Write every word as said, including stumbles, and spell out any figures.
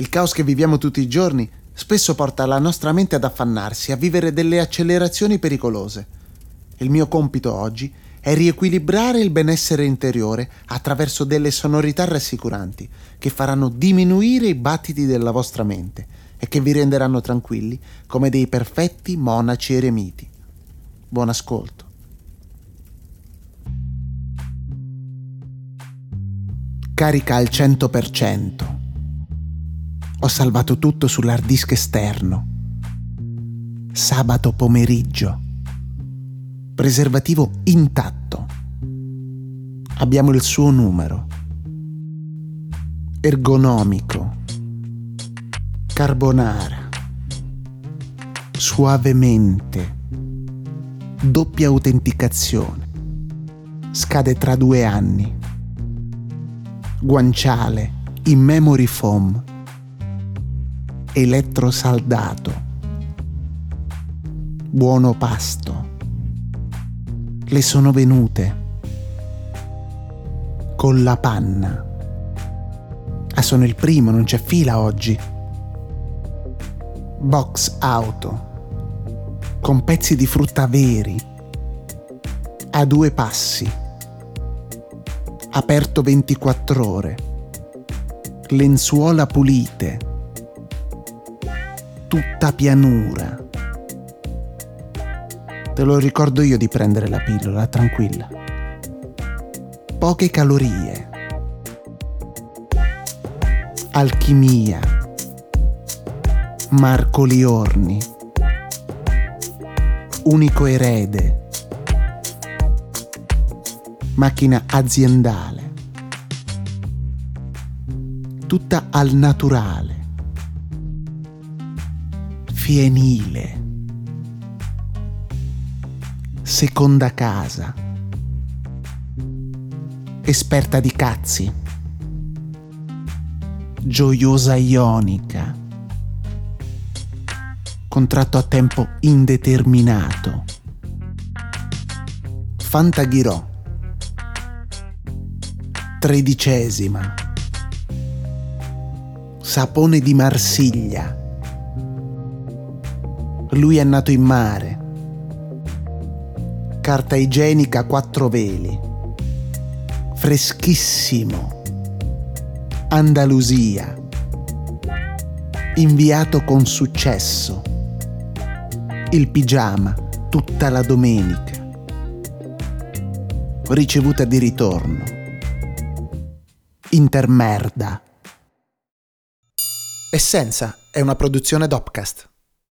Il caos che viviamo tutti i giorni spesso porta la nostra mente ad affannarsi, a vivere delle accelerazioni pericolose. Il mio compito oggi è riequilibrare il benessere interiore attraverso delle sonorità rassicuranti che faranno diminuire i battiti della vostra mente e che vi renderanno tranquilli come dei perfetti monaci eremiti. Buon ascolto. Carica al cento per cento. Ho salvato tutto sull'hard disk esterno. Sabato pomeriggio. Preservativo intatto. Abbiamo il suo numero. Ergonomico. Carbonara. Suavemente. Doppia autenticazione. Scade tra due anni. Guanciale in memory foam. Elettrosaldato. Buono pasto. Le sono venute. Con la panna. Ah, sono il primo, non c'è fila oggi. Box auto. Con pezzi di frutta veri. A due passi. Aperto ventiquattro ore. Lenzuola pulite. Tutta pianura. Te lo ricordo io di prendere la pillola, tranquilla. Poche calorie. Alchimia. Marco Liorni. Unico erede. Macchina aziendale. Tutta al naturale. Fienile. Seconda casa. Esperta di cazzi. Gioiosa ionica. Contratto a tempo indeterminato. Fantaghirò. Tredicesima. Sapone di Marsiglia. Lui è nato in mare. Carta igienica a quattro veli. Freschissimo. Andalusia. Inviato con successo. Il pigiama tutta la domenica. Ricevuta di ritorno. Intermerda. Essenza è una produzione Dopcast.